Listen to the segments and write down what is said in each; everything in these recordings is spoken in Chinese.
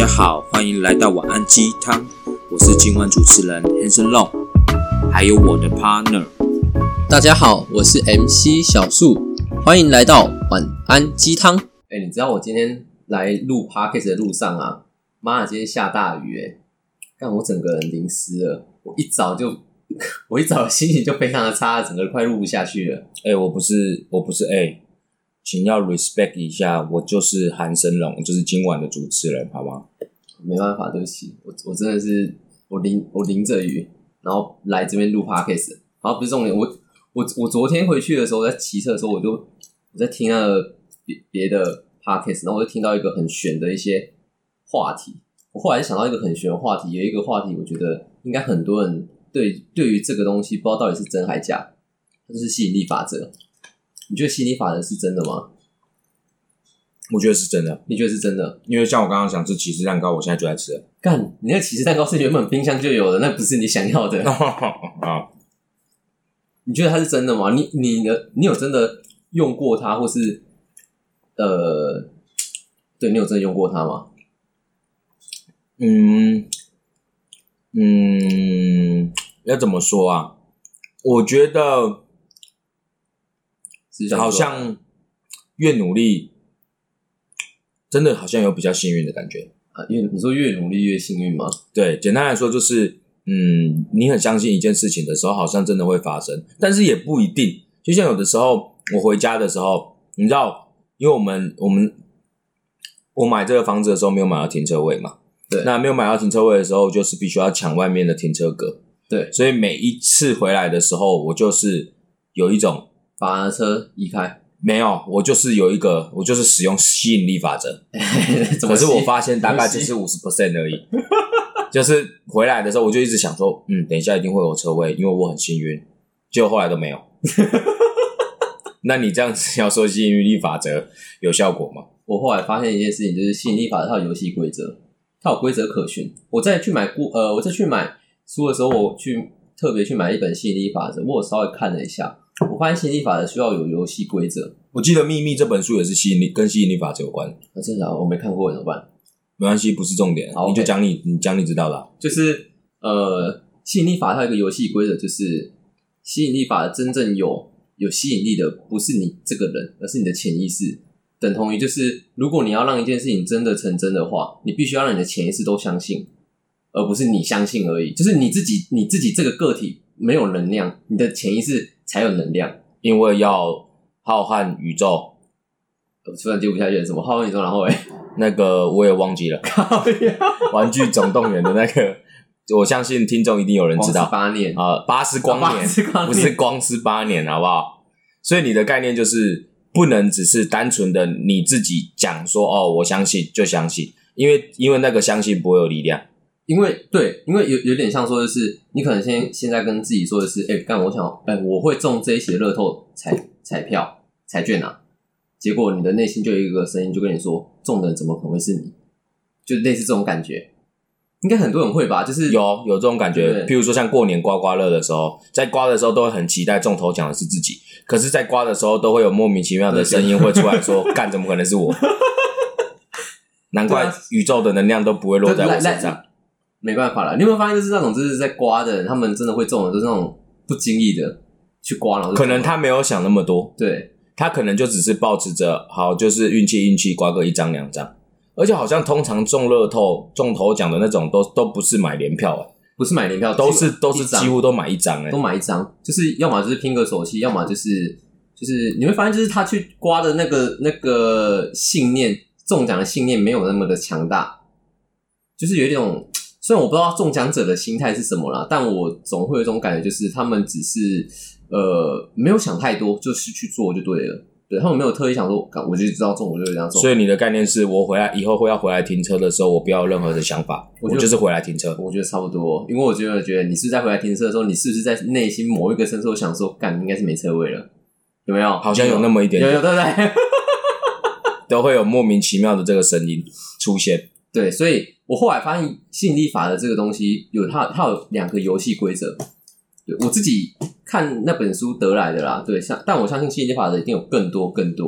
家好，欢迎来到晚安鸡汤，我是今晚主持人 Hanson Long， 还有我的 partner。 大家好，我是 MC 小树，欢迎来到晚安鸡汤。你知道我今天来录 Podcast 的路上啊，妈的，今天下大雨干我整个人淋湿了。我一早的心情就非常的差，整个快录不下去了。 我不是请要 respect 一下，我就是韩生龙，就是今晚的主持人，好吗？ 没办法，对不起，我真的是我淋着雨，然后来这边录 Podcast， 然后不是重点，我昨天回去的时候，在骑车的时候，我在听那个别的 Podcast， 然后我就听到一个很玄的一些话题。我后来就想到一个很玄的话题，有一个话题，我觉得应该很多人对于这个东西不知道到底是真还假，它就是吸引力法则。你觉得吸引力法则是真的吗？ 我觉得是真的。 你觉得是真的？ 因为像我刚刚想吃起司蛋糕，我现在就在吃了。 干，你那个起司蛋糕是原本冰箱就有的，那不是你想要的。你觉得它是真的吗？你有真的用过它，或是对，你有真的用过它吗？ 要怎么说啊？我觉得好像越努力，真的好像有比较幸运的感觉啊。因为你说越努力越幸运吗？对， 简单来说就是，你很相信一件事情的时候，好像真的会发生，但是也不一定。就像有的时候，我回家的时候，你知道，因为我买这个房子的时候没有买到停车位嘛， 对， 那没有买到停车位的时候，就是必须要抢外面的停车格， 对， 所以每一次回来的时候，我就是有一种把车移开。 没有，我就是使用吸引力法则，可是我发现大概就是 50% 而已。就是回来的时候，我就一直想说，等一下一定会有车位，因为我很幸运。结果后来都没有。那你这样子要说吸引力法则有效果吗？ 我后来发现一件事情，就是吸引力法则它有游戏规则，它有规则可循。我在去买书的时候，我特别去买一本吸引力法则，我稍微看了一下，我发现吸引力法则需要有游戏规则。 我记得《秘密》这本书也是跟吸引力法则有关。 真的我没看过，怎么办？ 没关系，不是重点，你就讲你知道的。 就是吸引力法则它有一个游戏规则，就是吸引力法则真正有吸引力的不是你这个人，而是你的潜意识。等同于就是如果你要让一件事情真的成真的话，你必须要让你的潜意识都相信，而不是你相信而已。就是你自己这个个体没有能量，你的潜意识才有能量。 因为要浩瀚宇宙， 我突然接不下去了，什么浩瀚宇宙？然后那个我也忘记了。玩具总动员的那个，我相信听众一定有人知道。 8年巴斯光年，不是光是8年，好不好？所以你的概念就是不能只是单纯的你自己讲说我相信就相信，因为那个相信不会有力量。 因为有点像说的是，你可能现在跟自己说的是，我会中这一期的乐透彩券啊，结果你的内心就有一个声音就跟你说，中的人怎么可能会是你？就类似这种感觉，应该很多人会吧？就是有这种感觉，譬如说像过年刮刮乐的时候，在刮的时候都会很期待中头奖的是自己，可是在刮的时候都会有莫名其妙的声音会出来说，干怎么可能是我？难怪宇宙的能量都不会落在我身上。 没办法啦，你有没有发现，就是那种就是在刮的人，他们真的会中的，都是那种不经意的去刮，然后可能他没有想那么多， 对， 他可能就只是抱持着好，就是运气刮个1张2张，而且好像通常中乐透中头奖的那种都不是买联票不是买联票， 都是几乎都买1张都买1张，就是要么就是拼个手气，要么就是你会发现，就是他去刮的那个信念，中奖的信念没有那么的强大，就是有一种。虽然我不知道中奖者的心态是什么啦，但我总会有一种感觉，就是他们只是没有想太多，就是去做就对了。对，他们没有特意想说，我就知道中，我就这样中。 所以你的概念是我以后要回来停车的时候，我不要有任何的想法，我就是回来停车。 我觉得差不多，因为我觉得你是不是在回来停车的时候，你是不是在内心某一个深处想说，应该是没车位了，有没有？ 好像有那么一点点， 有对不对？ 都会有莫名其妙的这个声音出现。 对，所以我后来发现吸引力法则这个东西它有2个游戏规则。对，我自己看那本书得来的啦，对，但我相信吸引力法则一定有更多，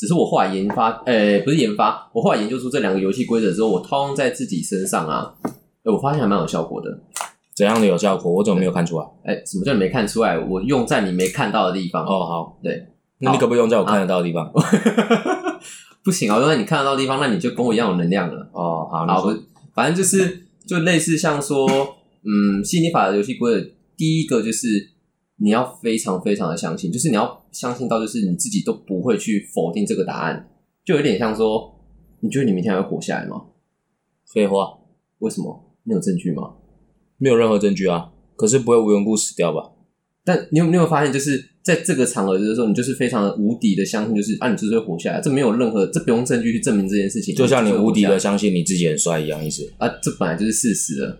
只是我后来研发，不是研发，我后来研究出这2个游戏规则之后，我套用在自己身上啊，我发现还蛮有效果的。 怎样的有效果？我怎么没有看出来？ 什么叫你没看出来？我用在你没看到的地方。 哦，好， 对， 那你可不可以用在我看得到的地方？ 不行啊，用在你看得到的地方，那你就跟我一样有能量了。 哦，好， 反正就类似像说，吸引力法则游戏规则，第一个就是你要非常非常的相信，就是你要相信到就是你自己都不会去否定这个答案，就有点像说，你觉得你明天还会活下来吗？ 废话， 为什么？你有证据吗？ 没有任何证据啊，可是不会无缘无故死掉吧？ 但你有没有发现，就是在这个场合的时候，你就是非常的无敌的相信，就是你就是会活下来，这没有任何，这不用证据去证明这件事情， 就像你无敌的相信你自己很帅一样意思啊，这本来就是事实了。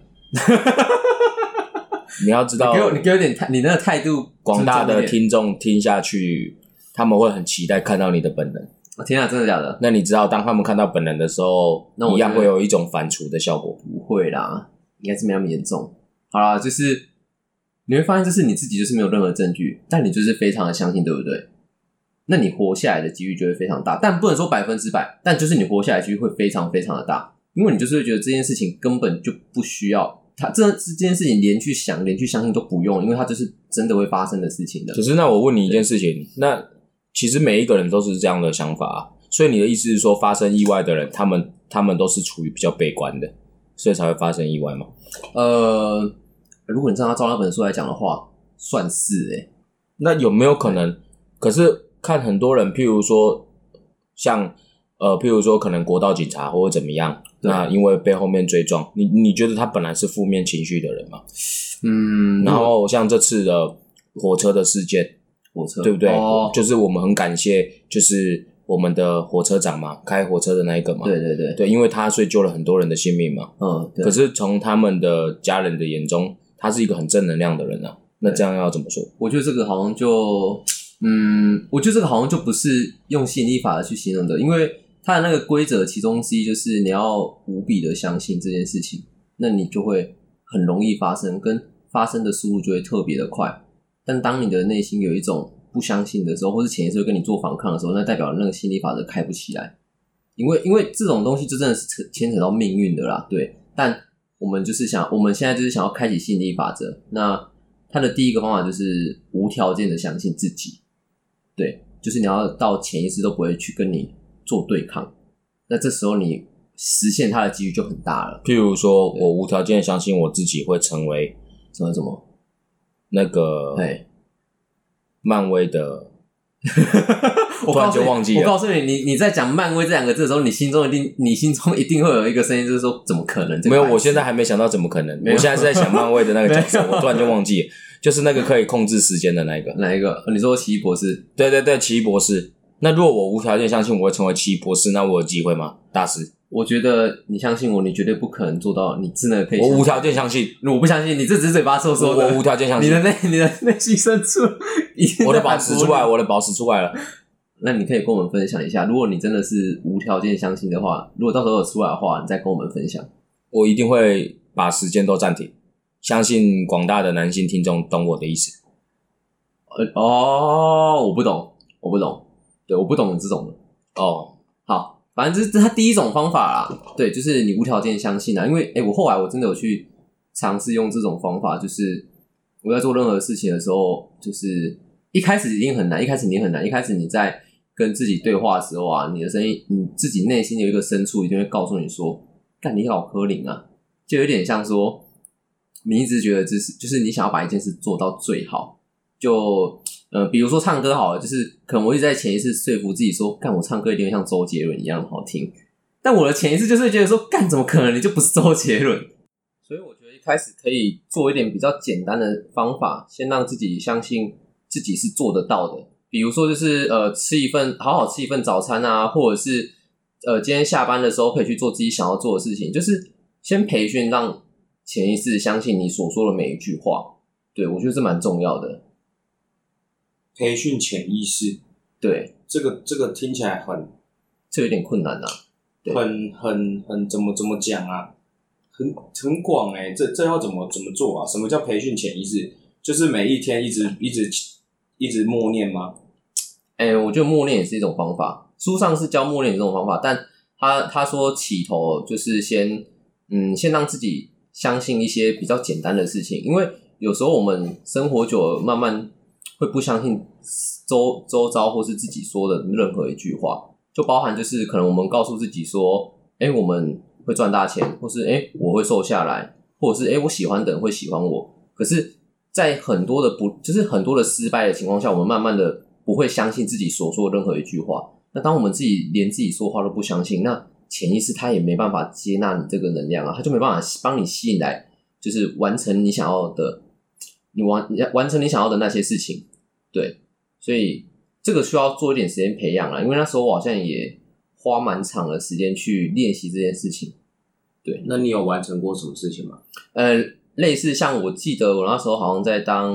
你要知道， 你给我点你那个态度， 广大的听众听下去，他们会很期待看到你的本人。 天啊，真的假的？ 那你知道，当他们看到本人的时候，一样会有一种反刍的效果。 不会啦，应该是没那么严重。好啦，就是你会发现，就是你自己就是没有任何证据，但你就是非常的相信，对不对？那你活下来的几率就会非常大，但不能说100%，但就是你活下来的几率会非常非常的大，因为你就是会觉得这件事情根本就不需要这件事情连去想、连去相信都不用，因为它就是真的会发生的事情的。 可是那我问你一件事情，那其实每一个人都是这样的想法啊，所以你的意思是说，发生意外的人，他们都是处于比较悲观的，所以才会发生意外吗？ 如果你照那本书来讲的话，算是那有没有可能？可是看很多人，譬如说像譬如说可能国道警察或者怎么样，那因为被后面追撞，你觉得他本来是负面情绪的人吗？然后像这次的火车的事件，对不对？就是我们很感谢，就是我们的火车长嘛，开火车的那一个嘛，对，因为他所以救了很多人的性命嘛。可是从他们的家人的眼中，他是一个很正能量的人啊。那这样要怎么说？ 我觉得这个好像就，我觉得这个好像就不是用吸引力法则去形容的，因为它的那个规则其中之一就是你要无比的相信这件事情，那你就会很容易发生，跟发生的速度就会特别的快。但当你的内心有一种不相信的时候，或是潜意识会跟你做反抗的时候，那代表那个吸引力法则开不起来，因为这种东西就真的是牵扯到命运的啦，对。但我们现在就是想要开启吸引力法则，那它的第一个方法就是无条件的相信自己，对，就是你要到潜意识都不会去跟你做对抗，那这时候你实现它的几率就很大了。 譬如说我无条件相信我自己会成为什么那个漫威的我突然就忘记了。 我告诉你在讲漫威这2个字的时候，你心中一定会有一个声音，就是说怎么可能？ 没有，我现在还没想到怎么可能。我现在是在想漫威的那个角色，我突然就忘记了，就是那个可以控制时间的那一个。 哪一个？你说奇异博士？ 对，奇异博士。那如果我无条件相信我会成为奇异博士，那我有机会吗？大师， 我觉得你相信我，你绝对不可能做到，你真的可以。 我无条件相信， 我不相信，你这只是嘴巴说说的。 我无条件相信， 你的内心深处， 我的宝石出来了。 那你可以跟我们分享一下，如果你真的是无条件相信的话，如果到时候有出来的话，你再跟我们分享。 我一定会把时间都暂停，相信广大的男性听众懂我的意思。 我不懂，对，我不懂这种的。好，反正这是他第一种方法啦，对，就是你无条件相信啦。因为我后来我真的有去尝试用这种方法，就是我在做任何事情的时候，就是一开始一定很难，一开始你在跟自己对话的时候啊，你的声音，你自己内心有一个深处一定会告诉你说，干你好可怜啊，就有点像说你一直觉得就是你想要把一件事做到最好，就比如说唱歌好了，就是可能我一直在潜意识说服自己说，干我唱歌一定会像周杰伦一样好听，但我的潜意识就是会觉得说，干怎么可能你就不是周杰伦？所以我觉得一开始可以做一点比较简单的方法，先让自己相信自己是做得到的。比如说就是好好吃一份早餐啊，或者是今天下班的时候可以去做自己想要做的事情，就是先培训让潜意识相信你所说的每一句话。对，我觉得这蛮重要的。 培训潜意识， 对， 这个听起来这有点困难啊， 很怎么讲啊？很广这要怎么做啊？什么叫培训潜意识？就是每一天一直默念吗？ 我觉得默念也是一种方法。 书上是教默念这种方法，但他说起头就是先让自己相信一些比较简单的事情，因为有时候我们生活久了，慢慢会不相信周遭或是自己说的任何一句话，就包含就是可能我们告诉自己说，我们会赚大钱，或是我会瘦下来，或者是我喜欢的人会喜欢我。可是，在很多的很多的失败的情况下，我们慢慢的不会相信自己所说的任何一句话。那当我们自己连自己说话都不相信，那潜意识它也没办法接纳你这个能量啊，它就没办法帮你吸引来，就是完成你想要的，完成你想要的那些事情。对，所以这个需要做一点时间培养啦，因为那时候我好像也花蛮长的时间去练习这件事情。对， 那你有完成过什么事情吗？ 类似像我记得我那时候好像在当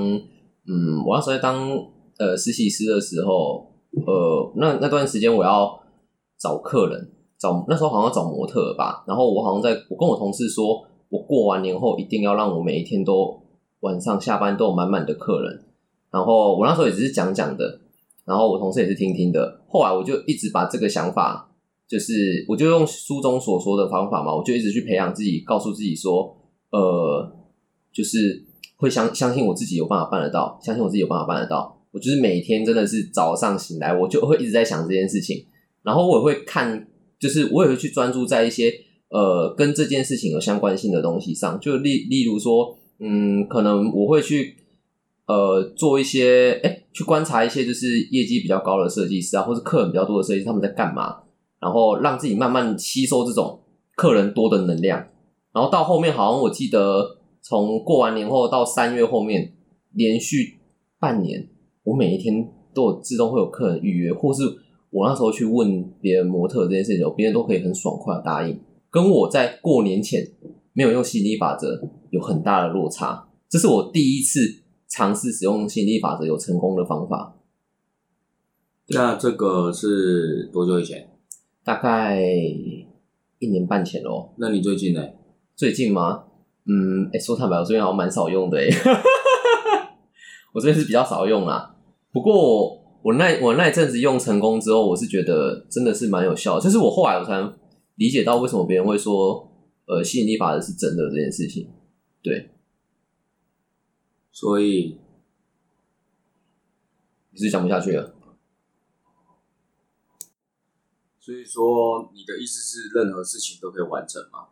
实习师的时候，那段时间我要找客人，那时候好像要找模特吧，然后我好像我跟我同事说，我过完年后一定要让我每一天都晚上下班都有满满的客人，然后我那时候也只是讲讲的，然后我同事也是听听的，后来我就一直把这个想法，就是我就用书中所说的方法嘛，我就一直去培养自己，告诉自己说，就是会相信我自己有办法办得到，相信我自己有办法办得到。我就是每天真的是早上醒来，我就会一直在想这件事情，然后我也会看，就是我也会去专注在一些跟这件事情有相关性的东西上，就例如说，可能我会去做一些去观察一些就是业绩比较高的设计师啊，或是客人比较多的设计师他们在干嘛，然后让自己慢慢吸收这种客人多的能量，然后到后面好像我记得从过完年后到3月后面连续半年，我每一天都有自动会有客人预约，或是我那时候去问别人模特这件事情，别人都可以很爽快的答应，跟我在过年前没有用吸引力法则有很大的落差。这是我第一次尝试使用吸引力法则有成功的方法。 那这个是多久以前？ 大概1年半前咯。 那你最近呢？ 最近吗？说坦白，我最近好像蛮少用的我最近是比较少用啦。不过我那一阵子用成功之后，我是觉得真的是蛮有效的，就是我后来我才理解到为什么别人会说吸引力法则是真的这件事情。对， 所以你是讲不下去了。 所以说你的意思是任何事情都可以完成吗？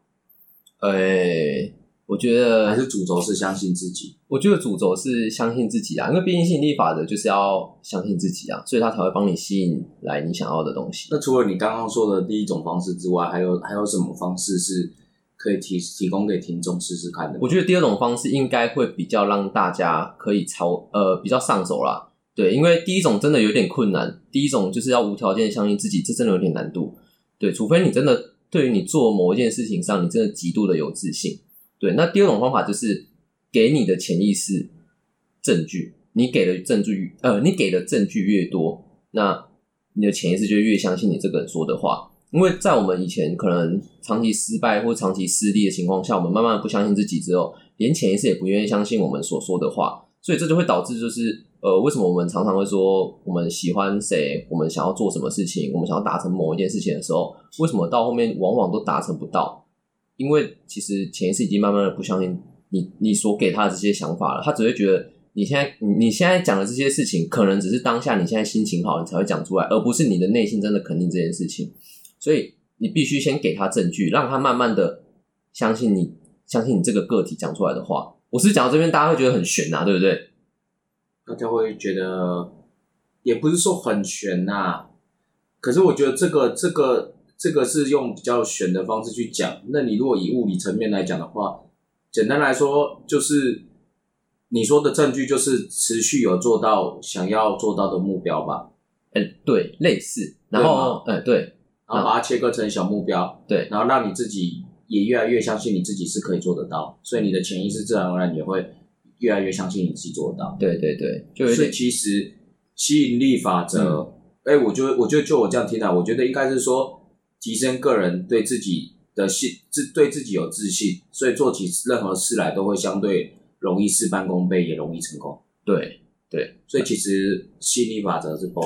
我觉得还是主轴是相信自己。 我觉得主轴是相信自己啊，因为毕竟吸引力法则就是要相信自己啊，所以它才会帮你吸引来你想要的东西。 那除了你刚刚说的第一种方式之外，还有什么方式是可以提供给听众试试看的？ 我觉得第二种方式应该会比较让大家可以比较上手啦。对，因为第一种真的有点困难，第一种就是要无条件相信自己，这真的有点难度。对，除非你真的对于你做某一件事情上，你真的极度的有自信。对，那第二种方法就是给你的潜意识证据，你给的证据越多，那你的潜意识就越相信你这个人说的话。因为在我们以前可能长期失败或长期失利的情况下，我们慢慢不相信自己之后，连潜意识也不愿意相信我们所说的话，所以这就会导致就是为什么我们常常会说我们喜欢谁，我们想要做什么事情，我们想要达成某一件事情的时候，为什么到后面往往都达成不到？因为其实潜意识已经慢慢的不相信你所给他的这些想法了，他只会觉得你现在讲的这些事情，可能只是当下你现在心情好，你才会讲出来，而不是你的内心真的肯定这件事情。所以你必须先给他证据，让他慢慢的相信你这个个体讲出来的话。我是讲到这边，大家会觉得很悬啊，对不对？ 大家会觉得也不是说很悬啊，可是我觉得这个是用比较悬的方式去讲。那你如果以物理层面来讲的话，简单来说就是你说的证据就是持续有做到想要做到的目标吧。 对，类似。然后对， 然后把它切割成小目标， 对， 然后让你自己也越来越相信你自己是可以做得到，所以你的潜意识自然而然也会越来越相信你自己做得到。 对对对，就所以其实吸引力法则，我觉得就我这样听来，我觉得应该是说提升个人对自己的对自己有自信，所以做起任何事来都会相对容易事半功倍，也容易成功。 对对， 所以其实吸引力法则是bullshit。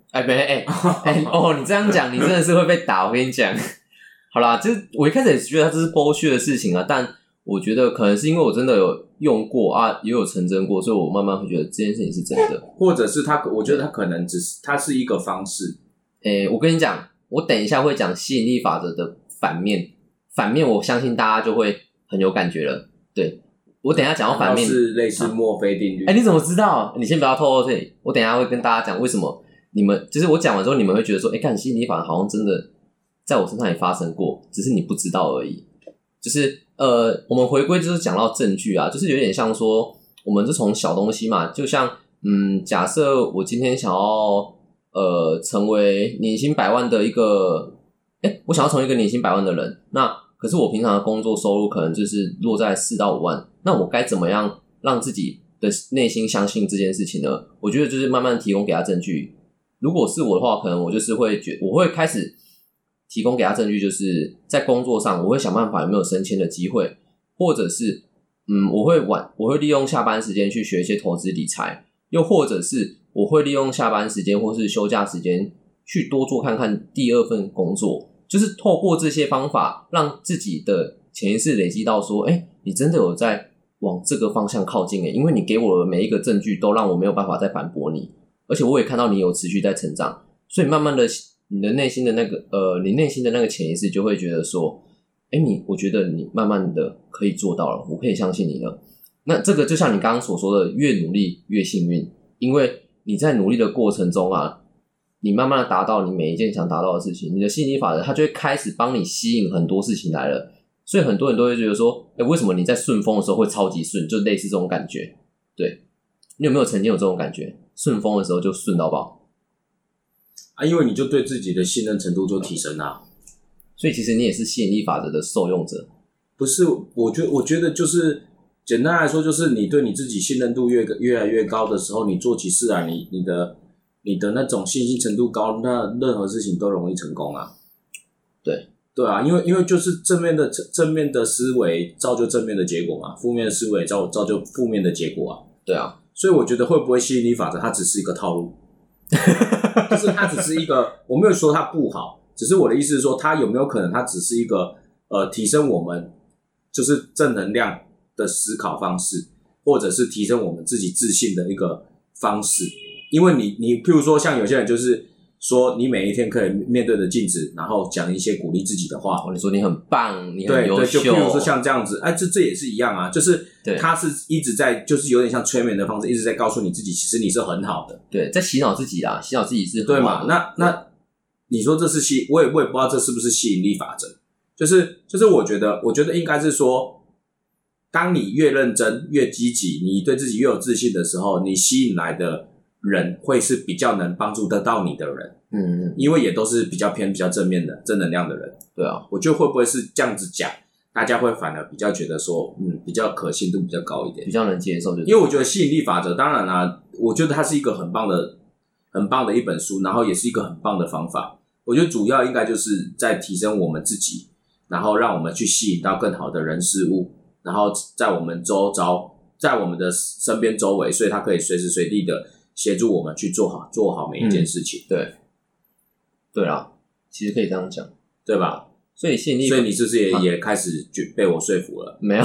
你这样讲，你真的是会被打。我跟你讲，好啦，就是我一开始也觉得它这是剥削的事情啊，但我觉得可能是因为我真的有用过啊，也有成真过，所以我慢慢会觉得这件事情是真的。 或者是我觉得它可能它是一个方式。 我跟你讲，我等一下会讲吸引力法则的反面，我相信大家就会很有感觉了。对，我等一下讲到反面是类似墨菲定律。 你怎么知道？你先不要透露这里，我等一下会跟大家讲为什么你们就是我讲完之后，你们会觉得说，看吸引力法则好像真的在我身上也发生过，只是你不知道而已。就是我们回归就是讲到证据啊，就是有点像说，我们是从小东西嘛，就像假设我今天想要成为年薪100万的一个，我想要成为一个年薪100万的人，那可是我平常的工作收入可能就是落在4到5万，那我该怎么样让自己的内心相信这件事情呢？我觉得就是慢慢提供给他证据。如果是我的话，可能我就是我会开始提供给他证据，就是在工作上我会想办法有没有升迁的机会，或者是我会利用下班时间去学一些投资理财，又或者是我会利用下班时间或是休假时间去多做看看第二份工作，就是透过这些方法让自己的潜意识累积到说，你真的有在往这个方向靠近因为你给我的每一个证据都让我没有办法再反驳你，而且我也看到你有持续在成长，所以慢慢的你的内心的那个潜意识就会觉得说，我觉得你慢慢的可以做到了，我可以相信你了。那这个就像你刚刚所说的，越努力越幸运，因为你在努力的过程中啊，你慢慢的达到你每一件想达到的事情，你的吸引力法则它就会开始帮你吸引很多事情来了。所以很多人都会觉得说，为什么你在顺风的时候会超级顺，就类似这种感觉。对，你有没有曾经有这种感觉，顺风的时候就顺到爆因为你就对自己的信任程度就提升啦。 所以其实你也是吸引力法则的受用者。 不是，我觉得就是简单来说，就是你对你自己信任度越来越高的时候，你做起事来，你的那种信心程度高，那任何事情都容易成功啊。对啊，因为就是正面的思维造就正面的结果嘛，负面的思维造就负面的结果啊。 对啊， 所以我觉得会不会吸引力法则，它只是一个套路，就是它只是一个，我没有说它不好，只是我的意思是说，它有没有可能它只是一个提升我们就是正能量的思考方式，或者是提升我们自己自信的一个方式。因为你譬如说像有些人就是说你每一天可以面对着镜子，然后讲一些鼓励自己的话， 你说你很棒，你很优秀， 对，就譬如说像这样子，这也是一样啊，就是他是一直在，就是有点像催眠的方式，一直在告诉你自己，其实你是很好的， 对，在洗脑自己啦，洗脑自己是很对嘛？那你说这是我也不知道这是不是吸引力法则，就是我觉得应该是说，当你越认真越积极，你对自己越有自信的时候，你吸引来的人会是比较能帮助得到你的人，因为也都是比较正面的正能量的人。 对啊， 我觉得会不会是这样子讲，大家会反而比较觉得说，比较可信度比较高一点， 比较能接受。 因为我觉得吸引力法则，当然啦，我觉得它是一个很棒的一本书，然后也是一个很棒的方法。我觉得主要应该就是在提升我们自己，然后让我们去吸引到更好的人事物，然后在我们周遭，在我们的身边周围，所以它可以随时随地的协助我们去做好每一件事情。 对啦，其实可以这样讲， 对吧？ 所以吸引力， 所以你是不是也开始被我说服了？ 没有，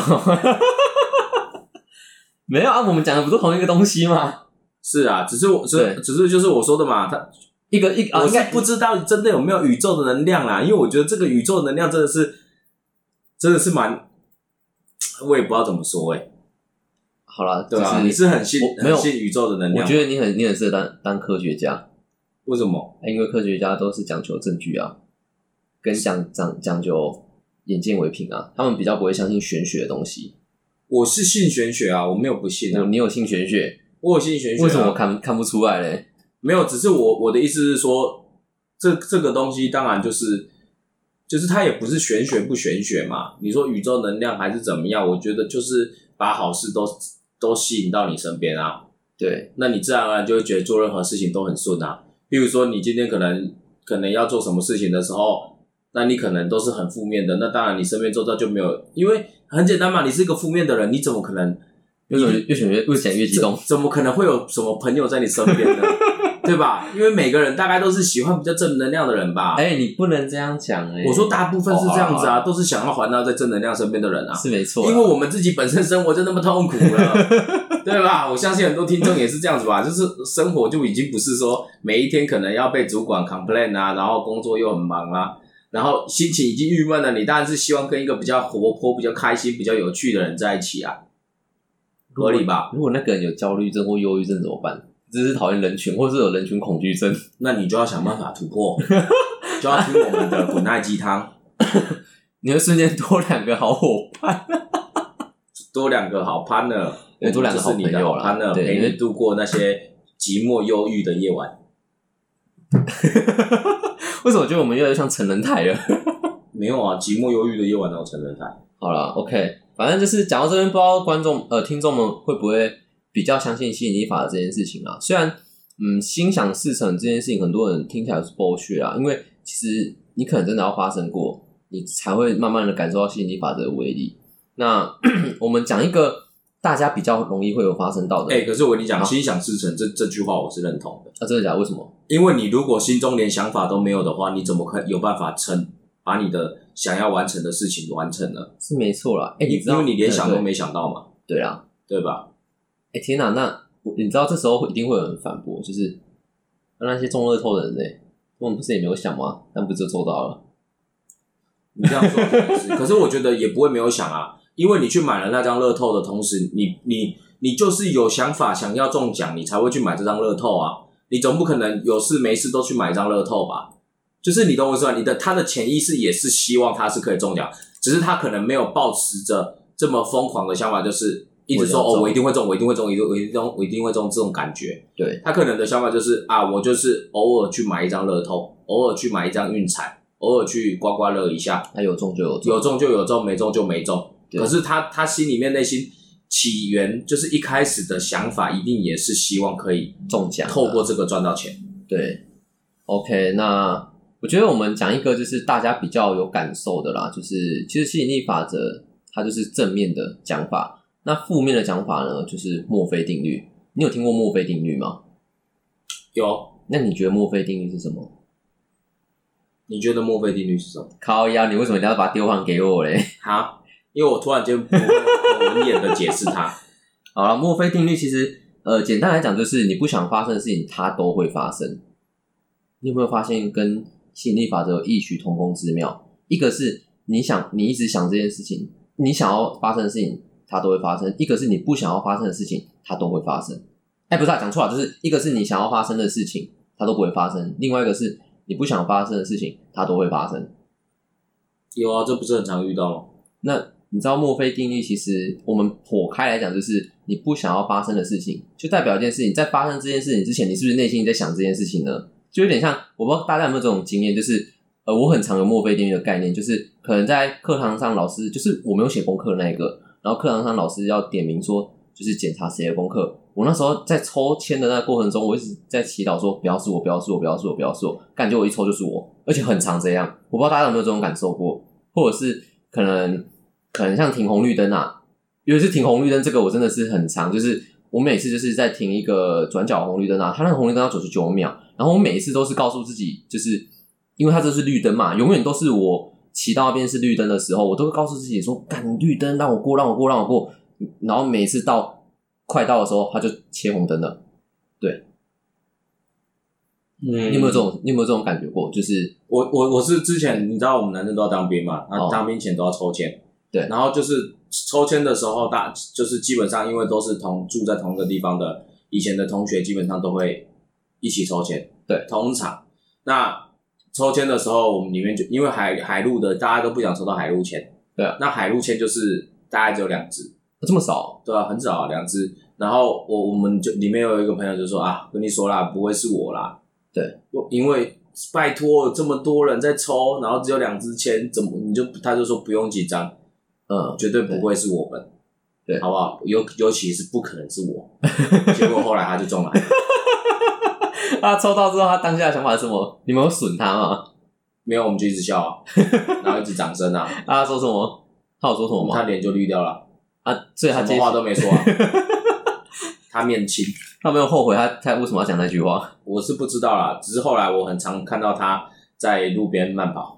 没有啊，我们讲的不是同一个东西吗？是啊，只是就是我说的嘛，它我是不知道真的有没有宇宙的能量啦，因为我觉得这个宇宙的能量真的是蛮，我也不知道怎么说好啦， 对啊，你是很信宇宙的能量， 我觉得你很适合当科学家。 为什么？ 因为科学家都是讲求证据啊，跟讲究眼见为凭啊，他们比较不会相信玄学的东西。 我是信玄学啊，我没有不信啊。 你有信玄学？ 我有信玄学为什么我看不出来嘞？ 没有，只是我的意思是说，这个东西当然就是它也不是玄学不玄学嘛。你说宇宙能量还是怎么样？我觉得就是把好事都吸引到你身边啊。 对， 那你自然而然就会觉得做任何事情都很顺啊。比如说你今天可能要做什么事情的时候，那你可能都是很负面的，那当然你身边周遭就没有，因为很简单嘛，你是一个负面的人，你怎么可能越想越激动？ 怎么可能会有什么朋友在你身边呢？ 对吧？因为每个人大概都是喜欢比较正能量的人吧。 你不能这样讲我说大部分是这样子啊，都是想要环绕在正能量身边的人啊， 是没错。 因为我们自己本身生活就那么痛苦了，对吧？我相信很多听众也是这样子吧，就是生活就已经不是说每一天可能要被主管 complain 啊，然后工作又很忙啊，然后心情已经郁闷了，你当然是希望跟一个比较活泼、比较开心、比较有趣的人在一起啊，合理吧？ 如果那个人有焦虑症或忧郁症怎么办？只是讨厌人群，或是有人群恐惧症， 那你就要想办法突破，就要听我们的滚爱鸡汤， 你会瞬间多2个好伙伴， 多2个好 partner， 多2个好朋友啦， partner 陪你度过那些寂寞忧郁的夜晚。 为什么我觉得我们越来越像成人台了？ 没有啊，寂寞忧郁的夜晚哪有成人台？ 好啦 OK， 反正就是讲到这边，不知道听众们会不会比较相信吸引力法则这件事情啊？虽然心想事成这件事情很多人听起来是 bullshit 啊，因为其实你可能真的要发生过，你才会慢慢的感受到吸引力法则的威力。那我们讲一个大家比较容易会有发生到的， 可是我跟你讲，心想事成这句话我是认同的。 真的假的？为什么？ 因为你如果心中连想法都没有的话，你怎么可有办法把你的想要完成的事情完成呢？ 是没错啦。你知道， 因为你连想都没想到嘛。 对啦， 对吧？ 天哪，那你知道这时候一定会有人反驳，就是那些中乐透的人他们不是也没有想吗？但不就做到了？ 你这样说也是，可是我觉得也不会没有想啊，因为你去买了那张乐透的同时，你就是有想法想要中奖，你才会去买这张乐透啊。你总不可能有事没事都去买一张乐透吧？就是你懂我意思吗？他的潜意识也是希望他是可以中奖，只是他可能没有抱持着这么疯狂的想法，就是一直说我一定会中，我一定会中，我一定会中这种感觉。 对， 他可能的想法就是我就是偶尔去买一张乐透，偶尔去买一张运彩，偶尔去刮刮乐一下， 他有中就有中， 有中就有中，没中就没中。可是他心里面内心起源就是一开始的想法，一定也是希望可以中奖， 透过这个赚到钱。 对 ，OK， 那我觉得我们讲一个就是大家比较有感受的啦，就是其实吸引力法则它就是正面的讲法，那负面的讲法呢就是墨菲定律。你有听过墨菲定律吗？ 有。 那你觉得墨菲定律是什么？ 你觉得墨菲定律是什么？ 靠腰，你为什么一定要把它丢还给我嘞？ 哈，因为我突然间不会很文言的解释它。 好了，墨菲定律其实简单来讲就是你不想发生的事情它都会发生。你有没有发现跟吸引力法则有异曲同工之妙？一个是你一直想这件事情，你想要发生的事情它都会发生；一个是你不想要发生的事情它都会发生。不是讲错了，就是一个是你想要发生的事情它都不会发生，另外一个是你不想发生的事情它都会发生。 有啊，这不是很常遇到吗？ 那你知道墨菲定律其实我们剖开来讲，就是你不想要发生的事情就代表一件事情，在发生这件事情之前你是不是内心在想这件事情呢？就有点像，我不知道大家有没有这种经验，就是我很常有墨菲定律的概念，就是可能在课堂上老师就是我没有写功课的那一个，然后课堂上老师要点名说就是检查谁的功课，我那时候在抽签的那个过程中，我一直在祈祷说不要是我，不要是我，不要是我，不要是我，感觉我一抽就是我，而且很常这样。我不知道大家有没有这种感受过，或者是可能像停红绿灯啊，尤其是停红绿灯这个我真的是很常，就是我每次就是在停一个转角红绿灯啊，它那个红绿灯要99秒，然后我每一次都是告诉自己，就是因为它这是绿灯嘛，永远都是我骑到那边是绿灯的时候，我都会告诉自己说干绿灯让我过让我过让我过，然后每次快到的时候它就切红灯了。对，你有没有这种感觉过？就是我是之前你知道我们男生都要当兵嘛，当兵前都要抽签， 对， 然后就是抽签的时候，就是基本上因为都是住在同一个地方的以前的同学，基本上都会一起抽签， 对， 同场。那抽签的时候，我们里面就因为海陆的大家都不想抽到海陆签， 对啊， 那海陆签就是大概只有2支， 这么少？ 对啊，很少啊，2支。然后我们就里面有一个朋友就说跟你说啦，不会是我啦， 对， 因为拜托这么多人在抽，然后只有2支签，怎么他就说不用紧张，绝对不会是我们， 对， 好不好？尤其是不可能是我，结果后来他就中了。 他抽到之后，他当下的想法是什么？你们有损他吗？ 没有，我们就一直笑啊，然后一直掌声啊。 他说什么？他有说什么吗？ 他脸就绿掉了所以他什么话都没说啊。 他面亲， 他没有后悔他为什么要讲那句话？ 我是不知道啦，只是后来我很常看到他在路边慢跑，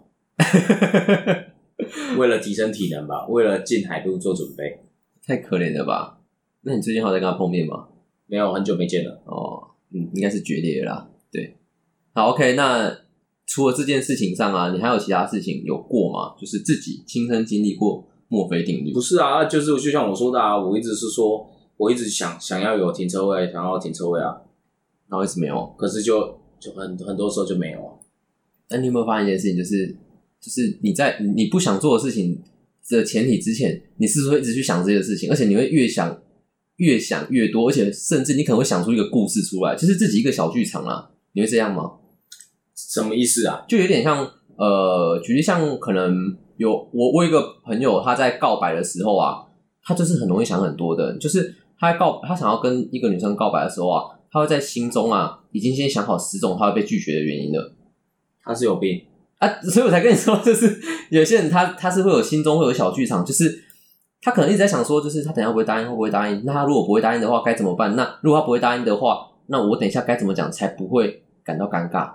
为了提升体能吧，为了进海陆做准备。 太可怜了吧？那你最近还有在跟他碰面吗？ 没有，很久没见了。 哦，应该是决裂了啦。对，好 ，OK， 那除了这件事情上啊，你还有其他事情有过吗？就是自己亲身经历过墨菲定律？ 不是啊，就是就像我说的啊，我一直是说，我一直想要有停车位，想要停车位啊， 然后一直没有。 可是就很多时候就没有啊。 那你有没有发现一件事情，就是你在你不想做的事情的前提之前，你是不是会一直去想这些事情，而且你会越想越多，而且甚至你可能会想出一个故事出来，就是自己一个小剧场啊。你会这样吗？ 什么意思啊？ 就有点像举例像可能我有一个朋友，他在告白的时候啊，他就是很容易想很多的，就是他想要跟一个女生告白的时候啊，他会在心中啊已经先想好10种他会被拒绝的原因了。 他是有病啊，所以我才跟你说，就是有些人他是会有心中会有小剧场，就是他可能一直在想说，就是他等一下会不会答应，会不会答应？那他如果不会答应的话，该怎么办？那如果他不会答应的话，那我等一下该怎么讲才不会感到尴尬？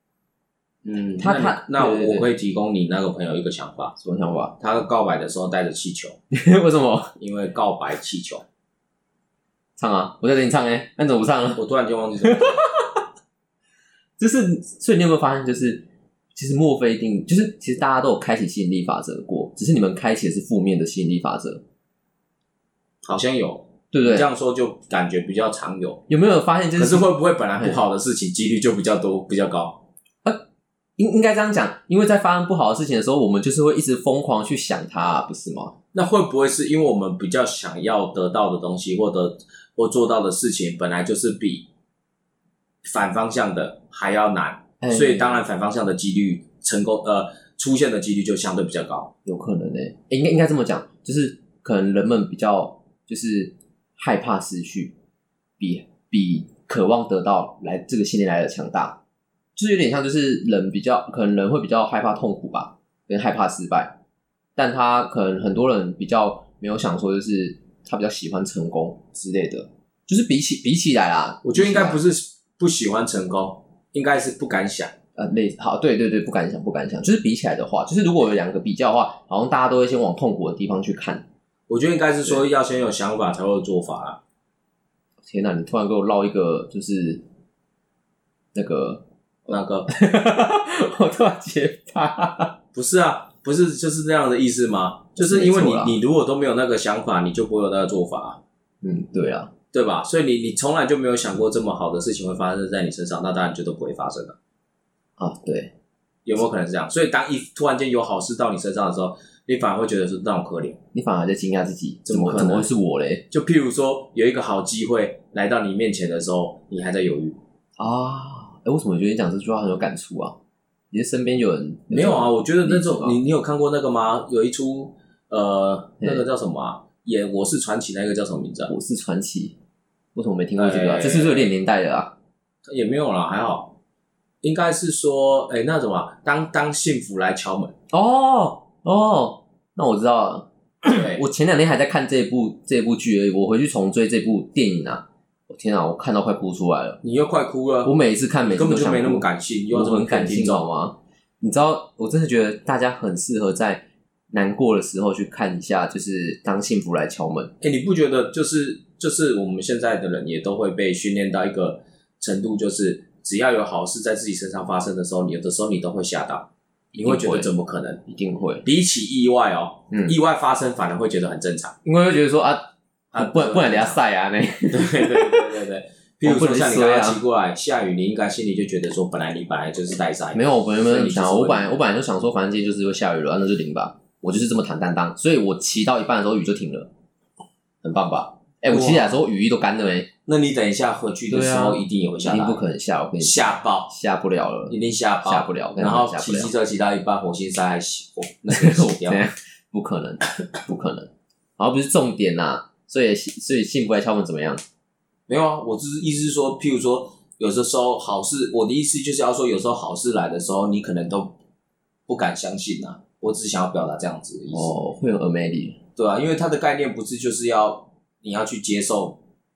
那对对对我可以提供你那个朋友一个想法。 什么想法？ 他告白的时候带着气球， 为什么？ 因为告白气球。 唱啊！我在等你唱那你怎么不唱了？ 我突然间忘记什么。 就是所以你有没有发现，就是其实墨菲定就是其实大家都有开启吸引力法则过，只是你们开启的是负面的吸引力法则， 好像有， 对不对？ 这样说就感觉比较常有。 有没有发现？就是可是会不会本来不好的事情几率就比较多、比较高？ 应该这样讲，因为在发生不好的事情的时候，我们就是会一直疯狂去想它，不是吗？ 那会不会是因为我们比较想要得到的东西，或做到的事情，本来就是比反方向的还要难，所以当然反方向的几率成功出现的几率就相对比较高。 有可能应该这么讲，就是可能人们比较就是害怕失去，比渴望得到来这个信念来的强大。就是有点像，就是可能人会比较害怕痛苦吧，跟害怕失败，但他可能很多人比较没有想说，就是他比较喜欢成功之类的，就是比起来啦， 我觉得应该不是不喜欢成功，应该是不敢想。 好，对，不敢想，就是比起来的话，就是如果有两个比较的话，好像大家都会先往痛苦的地方去看。 我觉得应该是说要先有想法才会有做法啦。 天哪，你突然给我唠一个，就是那个。我突然结巴。 不是啊，不是就是那样的意思吗？就是因为你如果都没有那个想法，你就不会有那个做法。 对啊， 对吧？所以你从来就没有想过这么好的事情会发生在你身上，那当然就都不会发生了。 啊，对， 有没有可能是这样？所以当突然间有好事到你身上的时候，你反而会觉得是那种可怜， 你反而在惊讶自己， 怎么会是我嘞？ 就譬如说有一个好机会来到你面前的时候，你还在犹豫啊。为什么觉得你讲这句话很有感触啊？你的身边有人没有啊？我觉得那种你有看过那个吗？有一出那个叫什么啊？演《我是传奇》那个叫什么名字啊？ 我是传奇，为什么没听过这个啊？这是不是有点年代了啊？ 也没有啦，还好。应该是说，那什么，当幸福来敲门。 哦，那我知道了。 对， 我前2天还在看这部剧而已，我回去重追这部电影啊。我天啊！我看到快哭出来了。 你又快哭了。 我每一次看，每次都想哭。 根本就没那么感性， 我很感性好吗？你知道，我真的觉得大家很适合在难过的时候去看一下，就是当幸福来敲门。 你不觉得就是我们现在的人也都会被训练到一个程度，就是只要有好事在自己身上发生的时候，有的时候你都会吓到，你会觉得怎么可能？ 一定会。 比起意外意外发生反而会觉得很正常， 因为会觉得说不然等下晒啊那。 对。譬如说像你刚刚骑过来下雨，你应该心里就觉得说，本来就是带晒。 没有，我本来想，我本来就想说，反正今天就是会下雨了，那就淋吧。我就是这么坦荡荡，所以我骑到一半的时候雨就停了，很棒吧？我骑起来的时候雨衣都干了那你等一下回去的时候一定也会下大雨， 一定不可能下，我跟你下爆， 下不了了， 一定下爆， 下不了。 然后骑机车骑到一半，火星塞还熄那个熄掉， 不可能。然后不是重点呐，所以幸福来敲门怎么样？ 没有啊，我只是意思是说，譬如说，有的时候好事，我的意思就是要说，有时候好事来的时候，你可能都不敢相信啊。我只是想要表达这样子的意思。 会有 amazing。 对啊，因为它的概念不是就是你要去接受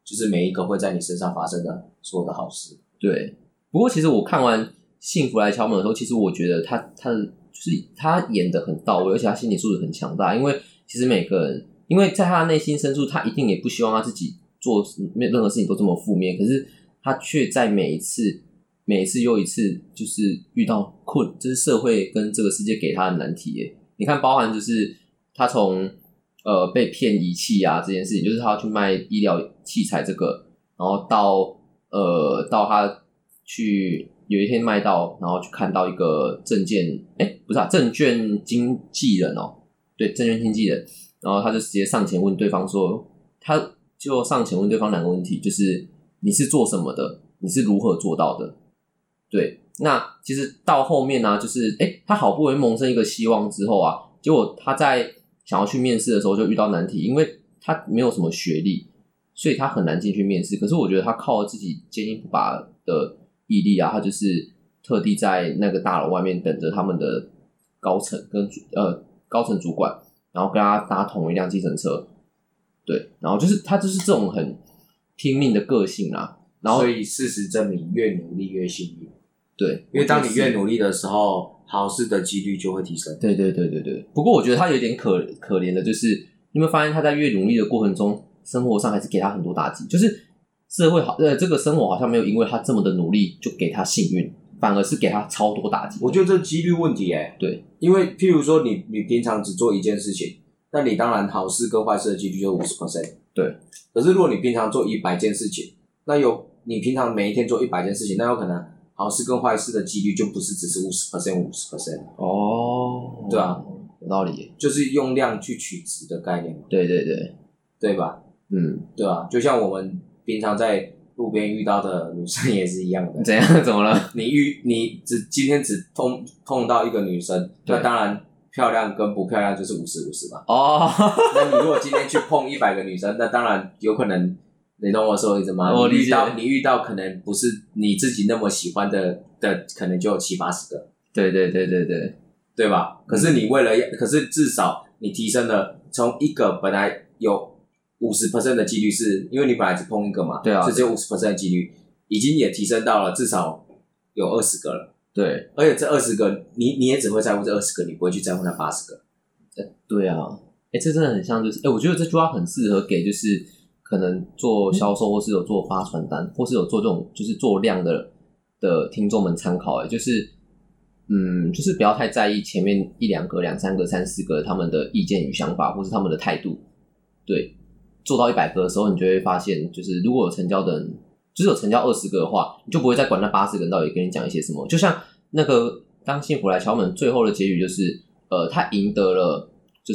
就是每一个会在你身上发生的所有的好事。 对，不过其实我看完《幸福来敲门》的时候，其实我觉得他就是他演的很到位，而且他心理素质很强大。因为其实每个人，因为在他的内心深处，他一定也不希望他自己做任何事情都这么负面，可是他却在每一次又一次，就是遇到就是社会跟这个世界给他的难题耶。你看，包含就是他从被骗仪器啊这件事情，就是他要去卖医疗器材这个，然后到他去有一天卖到，然后去看到一个证券经纪人对，证券经纪人，然后他就直接上前问对方说，他就上前问对方两个问题，就是你是做什么的，你是如何做到的？对，那其实到后面呢，就是他好不容易萌生一个希望之后啊，结果他在想要去面试的时候就遇到难题，因为他没有什么学历，所以他很难进去面试。可是我觉得他靠自己坚毅不拔的毅力啊，他就是特地在那个大楼外面等着他们的高层跟高层主管，然后跟他搭同一辆计程车。对，然后就是他就是这种很拼命的个性啊。然后所以事实证明，越努力越幸运。 对， 因为当你越努力的时候，好事的几率就会提升。 对。不过我觉得他有点可怜的，就是你有没有发现他在越努力的过程中，生活上还是给他很多打击，就是社会这个生活好像没有因为他这么的努力就给他幸运，反而是给他超多打击。 我觉得这几率问题对， 因为譬如说你平常只做一件事情，那你当然好事跟坏事的几率就 50%。 对。 可是如果你平常做100件事情，那你平常每一天做100件事情，那有可能好事跟坏事的几率就不是只是 50%。 哦， 对啊， 有道理耶， 就是用量去取质的概念嘛。对吧？对啊，就像我们平常在路边遇到的女生也是一样的。 怎样？怎么了？ 你今天只碰到一个女生，那当然漂亮跟不漂亮就是50-50嘛。那你如果今天去碰100个女生，那当然有可能，你懂我说的意思吗？你遇到可能不是你自己那么喜欢的，可能就有70-80个。对吧？可是可是至少你提升了，从一个本来有50% 的几率，是因为你本来只碰一个嘛， 对啊， 所以只有50% 的几率，已经也提升到了至少有20个了。 对， 而且这20个，你也只会在乎这20个，你不会去在乎那80个。 对啊，这真的很像，就是我觉得这句话很适合给就是可能做销售或是有做发传单，或是有做这种就是做量的听众们参考。就是就是不要太在意前面1-2个、2-3个、3-4个他们的意见与想法，或是他们的态度。对，做到100个的时候，你就会发现，就是如果有成交的人，就是有成交20个的话，你就不会再管那80个人到底跟你讲一些什么。就像那个当幸福来敲门最后的结语，就是他赢得了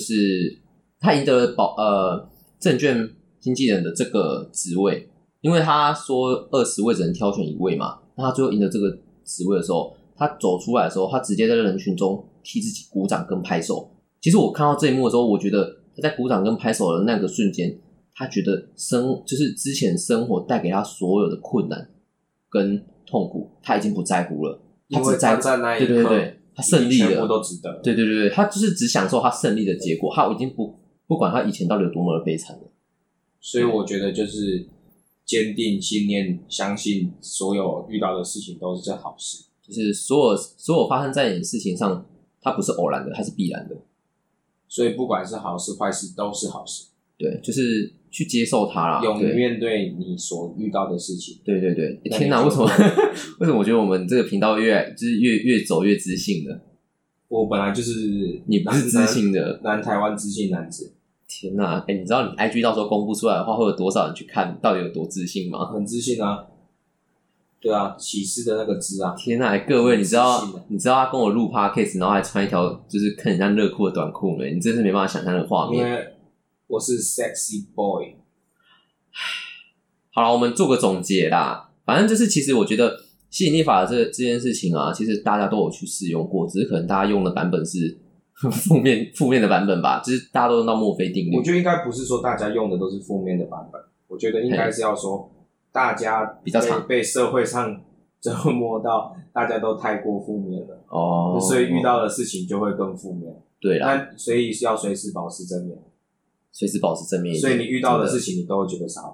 证券经纪人的这个职位，因为他说20位只能挑选1位嘛，那他最后赢得这个职位的时候，他走出来的时候，他直接在人群中替自己鼓掌跟拍手。其实我看到这一幕的时候，我觉得他在鼓掌跟拍手的那个瞬间，他觉得就是之前生活带给他所有的困难跟痛苦，他已经不在乎了。 因为他在那一刻， 对，他胜利了， 全部都值得。 对，他就是只享受他胜利的结果，他已经不管他以前到底有多么的悲惨了。 所以我觉得就是坚定信念，相信所有遇到的事情都是件好事。 就是所有发生在你的事情上，它不是偶然的，它是必然的。 所以不管是好事坏事都是好事。 对，就是去接受它啦， 勇于面对你所遇到的事情。 对，天哪，为什么我觉得我们这个频道越走越知性了？ 我本来就是你不是知性的南台湾知性男子。 天哪，你知道你 IG 到时候公布出来的话，会有多少人去看？到底有多自信吗？ 很自信啊。对啊，启示的那个字啊！ 天哪，各位，你知道他跟我录 podcast， 然后还穿一条就是看很像热裤的短裤没？你真是没办法想象的画面。 因为我是 sexy boy。 好了，我们做个总结啦。反正就是其实我觉得吸引力法这件事情啊，其实大家都有去试用过，只是可能大家用的版本是负面的版本吧，就是大家都用到墨菲定律。 我觉得应该不是说大家用的都是负面的版本，我觉得应该是要说大家比较常被社会上折磨到，大家都太过负面了所以遇到的事情就会更负面。 对啦， 但所以要随时保持正面， 随时保持正面一点。 所以你遇到的事情你都会觉得是好事。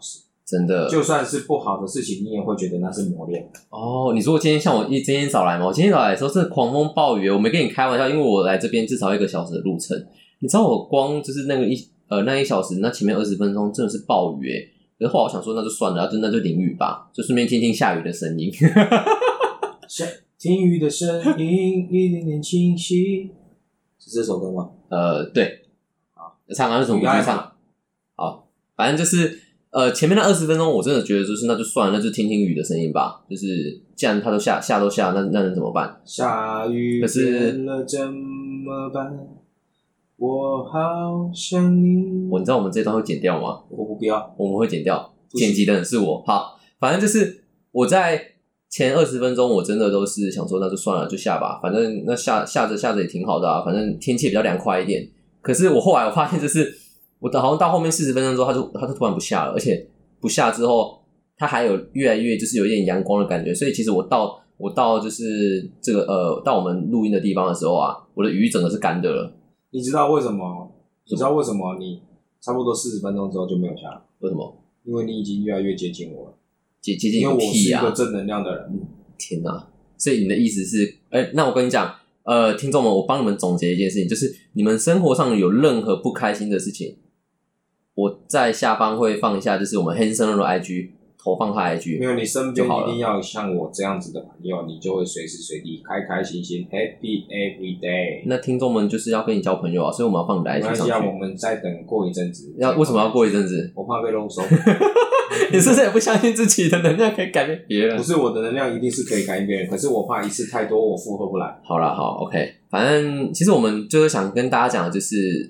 真的。 就算是不好的事情，你也会觉得那是磨练。 哦，你说今天像我今天早来嘛，我今天早来的时候是狂风暴雨，我没跟你开玩笑，因为我来这边至少1个小时的路程，你知道我光就是那1小时，那前面20分钟真的是暴雨诶。可是后来我想说那就算了，那就淋雨吧，就顺便听听下雨的声音。 听雨的声音一点点清晰，是这首歌吗？ 对，好，唱啊，为什么不去唱？好，反正就是前面那20分钟，我真的觉得就是那就算了，那就听听雨的声音吧。就是既然它都下，那能怎么办？ 下雨天了怎么办？我好想你。 你知道我们这段会剪掉吗？ 我不要， 我们会剪掉，剪辑的人是我。好，反正就是我在前20分钟，我真的都是想说那就算了，就下吧，反正那下着也挺好的啊，反正天气比较凉快一点。可是我后来发现，就是我好像到后面40分钟之后，它就突然不下了，而且不下之后，它还有越来越就是有一点阳光的感觉。所以其实我到就是这个到我们录音的地方的时候啊，我的雨整个是干的了。 你知道为什么？你知道为什么你差不多40分钟之后就没有下了？ 为什么？ 因为你已经越来越接近我了。 接近因为我是一个屁啊！ 个正能量的人。 天哪！所以你的意思是，那我跟你讲，听众们，我帮你们总结一件事情，就是你们生活上有任何不开心的事情，我在下方会放一下，就是我们黑生的 IG 投放他 IG， 没有，你身边一定要像我这样子的朋友，你就会随时随地开开心心 ，Happy every day。 那听众们就是要跟你交朋友啊，所以我们要放你的 IG 上去。 没关系啊，我们再等过一阵子。 为什么要过一阵子？ 我怕被漏收。 你是不是也不相信自己的能量可以改变别人？ 不是，我的能量一定是可以改变别人，可是我怕一次太多，我负荷不来。 好啦，好 ，OK， 反正其实我们就是想跟大家讲的就是，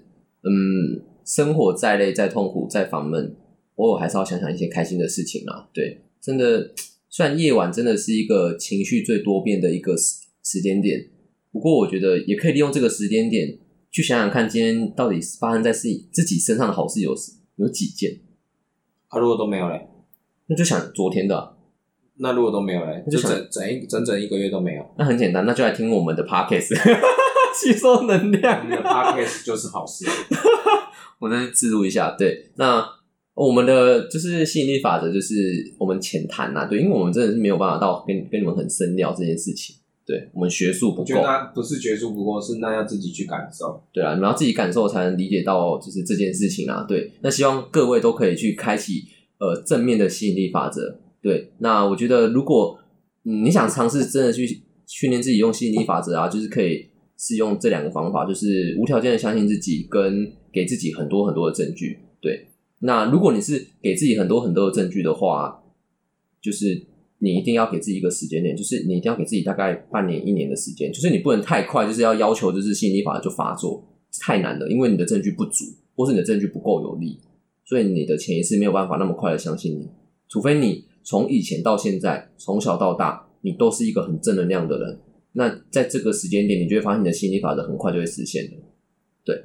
生活再累、再痛苦、再烦闷，偶尔还是要想想一些开心的事情啦。对，真的，虽然夜晚真的是一个情绪最多变的一个时间点，不过我觉得也可以利用这个时间点去想想看，今天到底发生在自己身上的好事有几件。 如果都没有嘞， 那就想昨天的啊。 那如果都没有嘞，就整1个月都没有。 那很简单，那就来听我们的 podcast， 吸收能量。 你的 podcast 就是好事。 我再置入一下，对，那我们的就是吸引力法则，就是我们浅谈啊，对，因为我们真的是没有办法到跟你们很深聊这件事情，对我们学术不够。 我觉得那不是学术不够，是那要自己去感受。 对啊，你们要自己感受才能理解到就是这件事情啊，对。那希望各位都可以去开启正面的吸引力法则，对。那我觉得如果你想尝试真的去训练自己用吸引力法则啊，就是可以试用这2个方法，就是无条件的相信自己，跟给自己很多很多的证据。对，那如果你是给自己很多很多的证据的话，就是你一定要给自己一个时间点，就是你一定要给自己大概半年、1年的时间，就是你不能太快，就是要求就是吸引力法则就发作，太难了，因为你的证据不足，或是你的证据不够有力，所以你的潜意识没有办法那么快的相信你，除非你从以前到现在，从小到大，你都是一个很正能量的人。那在这个时间点，你就会发现你的吸引力法则很快就会实现了。对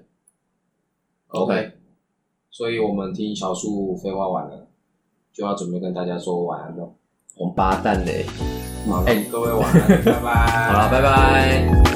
，OK， 所以我们听小树废话完了，就要准备跟大家说晚安了。 王八蛋嘞！ 好了，各位晚安，拜拜。 好了，拜拜。